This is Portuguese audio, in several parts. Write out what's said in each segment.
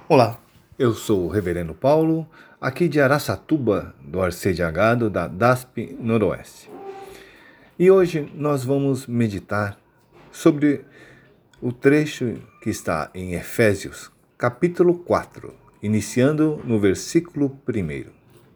Olá, eu sou o Reverendo Paulo, aqui de Araçatuba, do Arcediagado da DASP Noroeste. E hoje nós vamos meditar sobre o trecho que está em Efésios, capítulo 4, iniciando no versículo 1.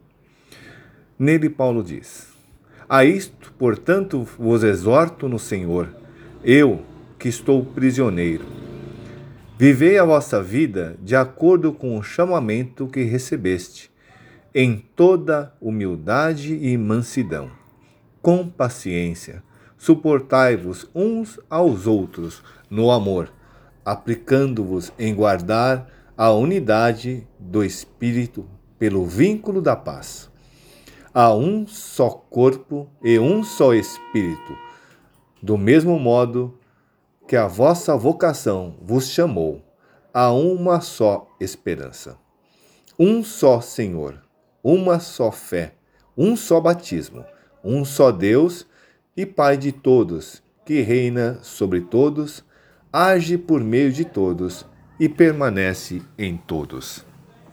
Nele Paulo diz: A isto, portanto, vos exorto no Senhor, eu que estou prisioneiro. Vivei a vossa vida de acordo com o chamamento que recebeste, em toda humildade e mansidão. Com paciência, suportai-vos uns aos outros no amor, aplicando-vos em guardar a unidade do Espírito pelo vínculo da paz. Há um só corpo e um só Espírito, do mesmo modo que a vossa vocação vos chamou a uma só esperança. Um só Senhor, uma só fé, um só batismo, um só Deus e Pai de todos, que reina sobre todos, age por meio de todos e permanece em todos.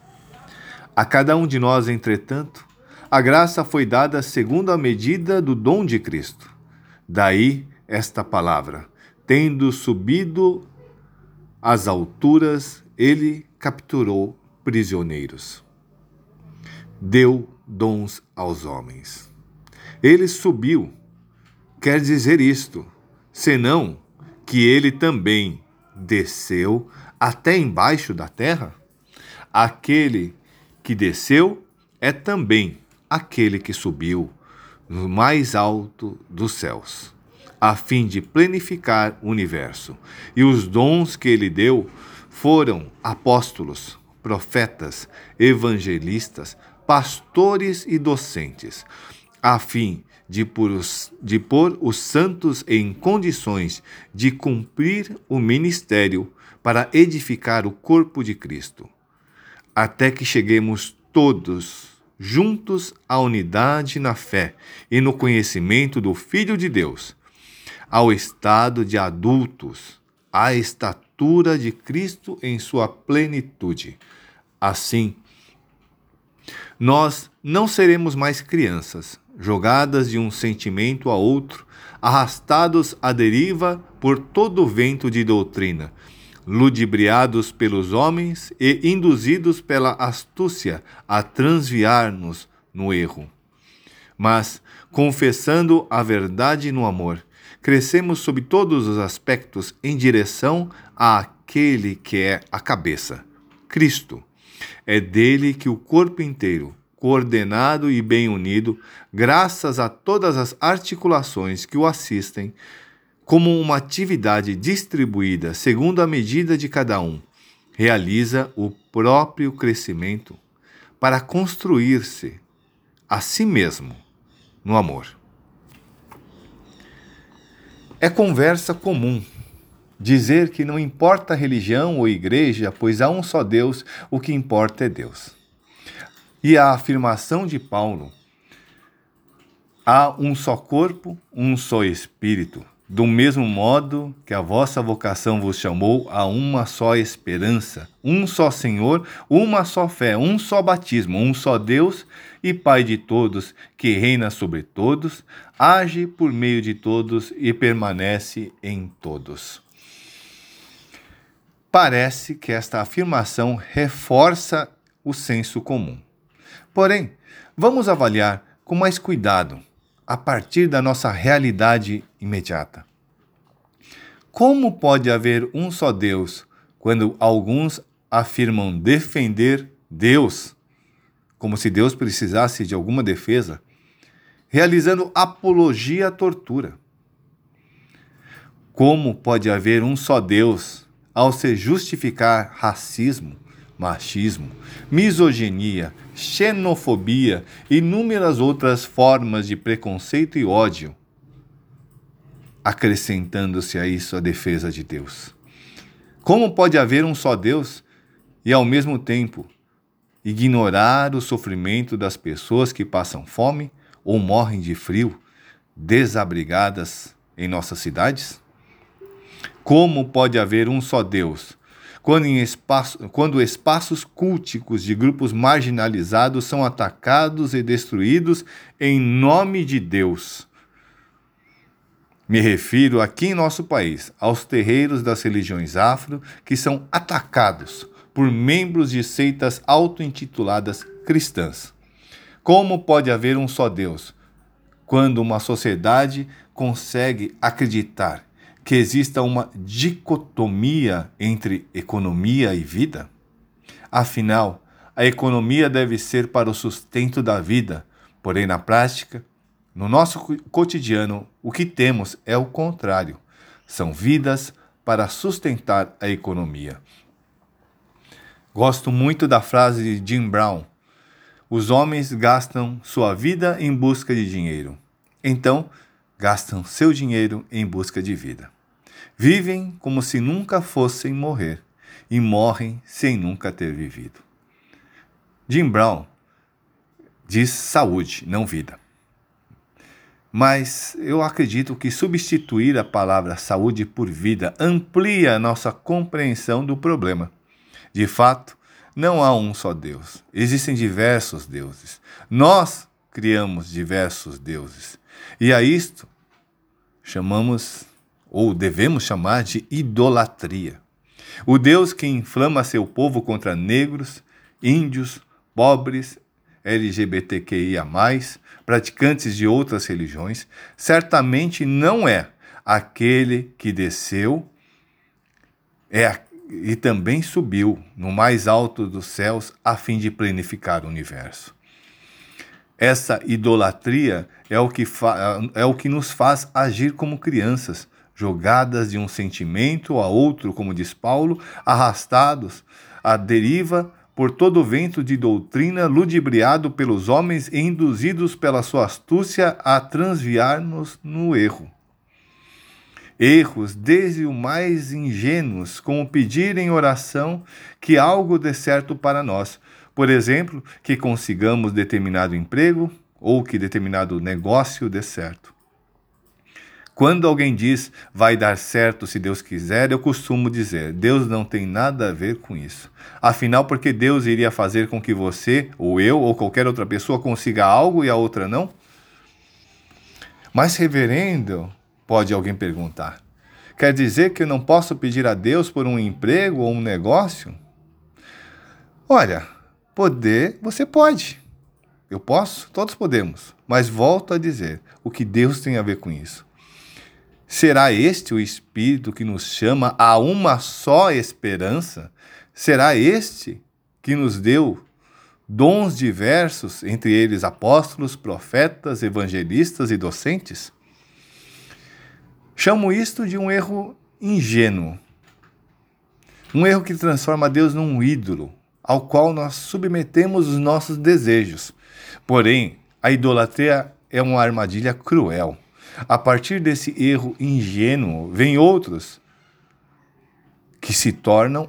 A cada um de nós, entretanto, a graça foi dada segundo a medida do dom de Cristo. Daí esta palavra: tendo subido às alturas, ele capturou prisioneiros. Deu dons aos homens. Ele subiu, quer dizer isto, senão que ele também desceu até embaixo da terra? Aquele que desceu é também aquele que subiu no mais alto dos céus, a fim de planificar o universo. E os dons que ele deu foram apóstolos, profetas, evangelistas, pastores e docentes, a fim de pôr os santos em condições de cumprir o ministério para edificar o corpo de Cristo, até que cheguemos todos juntos à unidade na fé e no conhecimento do Filho de Deus, ao estado de adultos, à estatura de Cristo em sua plenitude. Assim, nós não seremos mais crianças, jogadas de um sentimento a outro, arrastados à deriva por todo o vento de doutrina, ludibriados pelos homens e induzidos pela astúcia a transviar-nos no erro. Mas, confessando a verdade no amor, crescemos sob todos os aspectos em direção àquele que é a cabeça, Cristo. É dele que o corpo inteiro, coordenado e bem unido, graças a todas as articulações que o assistem, como uma atividade distribuída segundo a medida de cada um, realiza o próprio crescimento para construir-se a si mesmo no amor. É conversa comum dizer que não importa a religião ou igreja, pois há um só Deus, o que importa é Deus. E a afirmação de Paulo: há um só corpo, um só Espírito, do mesmo modo que a vossa vocação vos chamou a uma só esperança, um só Senhor, uma só fé, um só batismo, um só Deus e Pai de todos, que reina sobre todos, age por meio de todos e permanece em todos. Parece que esta afirmação reforça o senso comum. Porém, vamos avaliar com mais cuidado, a partir da nossa realidade imediata. Como pode haver um só Deus quando alguns afirmam defender Deus, como se Deus precisasse de alguma defesa, realizando apologia à tortura? Como pode haver um só Deus ao se justificar racismo, machismo, misoginia, xenofobia e inúmeras outras formas de preconceito e ódio, acrescentando-se a isso a defesa de Deus? Como pode haver um só Deus e, ao mesmo tempo, ignorar o sofrimento das pessoas que passam fome ou morrem de frio, desabrigadas em nossas cidades? Como pode haver um só Deus quando espaços culticos de grupos marginalizados são atacados e destruídos em nome de Deus. Me refiro aqui em nosso país aos terreiros das religiões afro que são atacados por membros de seitas auto-intituladas cristãs. Como pode haver um só Deus quando uma sociedade consegue acreditar que exista uma dicotomia entre economia e vida? Afinal, a economia deve ser para o sustento da vida, porém na prática, no nosso cotidiano, o que temos é o contrário. São vidas para sustentar a economia. Gosto muito da frase de Jim Brown: os homens gastam sua vida em busca de dinheiro. Então, gastam seu dinheiro em busca de vida. Vivem como se nunca fossem morrer e morrem sem nunca ter vivido. Jim Brown diz saúde, não vida. Mas eu acredito que substituir a palavra saúde por vida amplia a nossa compreensão do problema. De fato, não há um só Deus. Existem diversos deuses. Nós criamos diversos deuses. E a isto chamamos, ou devemos chamar, de idolatria. O Deus que inflama seu povo contra negros, índios, pobres, LGBTQIA+, praticantes de outras religiões, certamente não é aquele que desceu e também subiu no mais alto dos céus a fim de planificar o universo. Essa idolatria é o que nos faz agir como crianças, jogadas de um sentimento a outro, como diz Paulo, arrastados à deriva por todo o vento de doutrina, ludibriado pelos homens e induzidos pela sua astúcia a transviar-nos no erro. Erros desde o mais ingênuos, como pedir em oração que algo dê certo para nós. Por exemplo, que consigamos determinado emprego ou que determinado negócio dê certo. Quando alguém diz, vai dar certo se Deus quiser, eu costumo dizer, Deus não tem nada a ver com isso. Afinal, por que Deus iria fazer com que você, ou eu, ou qualquer outra pessoa consiga algo e a outra não? Mas, reverendo, pode alguém perguntar, quer dizer que eu não posso pedir a Deus por um emprego ou um negócio? Olha, poder, você pode. Eu posso, todos podemos. Mas volto a dizer, o que Deus tem a ver com isso? Será este o Espírito que nos chama a uma só esperança? Será este que nos deu dons diversos, entre eles apóstolos, profetas, evangelistas e docentes? Chamo isto de um erro ingênuo. Um erro que transforma Deus num ídolo, ao qual nós submetemos os nossos desejos. Porém, a idolatria é uma armadilha cruel. A partir desse erro ingênuo, vem outros que se tornam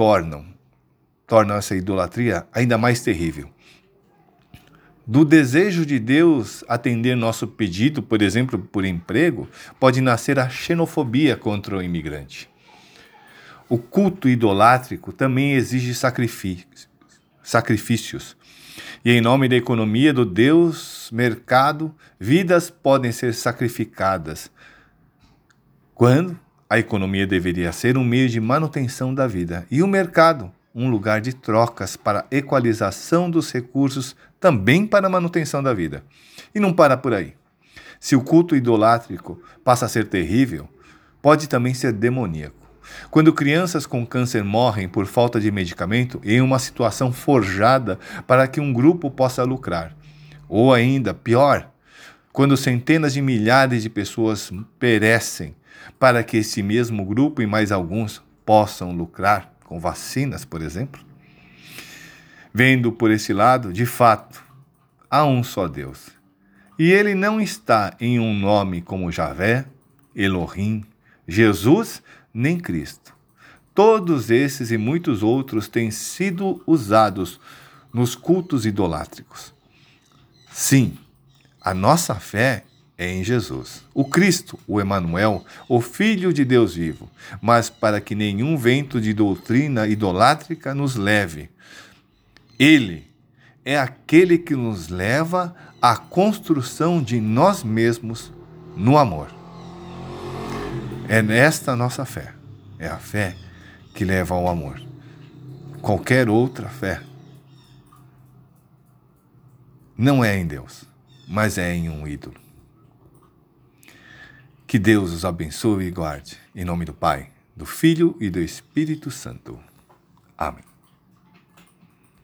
essa idolatria ainda mais terrível. Do desejo de Deus atender nosso pedido, por exemplo, por emprego, pode nascer a xenofobia contra o imigrante. O culto idolátrico também exige sacrifícios. E em nome da economia do Deus mercado, vidas podem ser sacrificadas. Quando a economia deveria ser um meio de manutenção da vida e o mercado um lugar de trocas para equalização dos recursos, também para a manutenção da vida. E não para por aí. Se o culto idolátrico passa a ser terrível, pode também ser demoníaco. Quando crianças com câncer morrem por falta de medicamento em uma situação forjada para que um grupo possa lucrar. Ou ainda, pior, quando centenas de milhares de pessoas perecem para que esse mesmo grupo e mais alguns possam lucrar com vacinas, por exemplo. Vendo por esse lado, de fato, há um só Deus. E ele não está em um nome como Javé, Elohim, Jesus, nem Cristo. Todos esses e muitos outros têm sido usados nos cultos idolátricos. Sim, a nossa fé é em Jesus, o Cristo, o Emanuel, o Filho de Deus vivo, mas para que nenhum vento de doutrina idolátrica nos leve. Ele é aquele que nos leva à construção de nós mesmos no amor. É nesta nossa fé, é a fé que leva ao amor. Qualquer outra fé não é em Deus, mas é em um ídolo. Que Deus os abençoe e guarde. Em nome do Pai, do Filho e do Espírito Santo. Amém.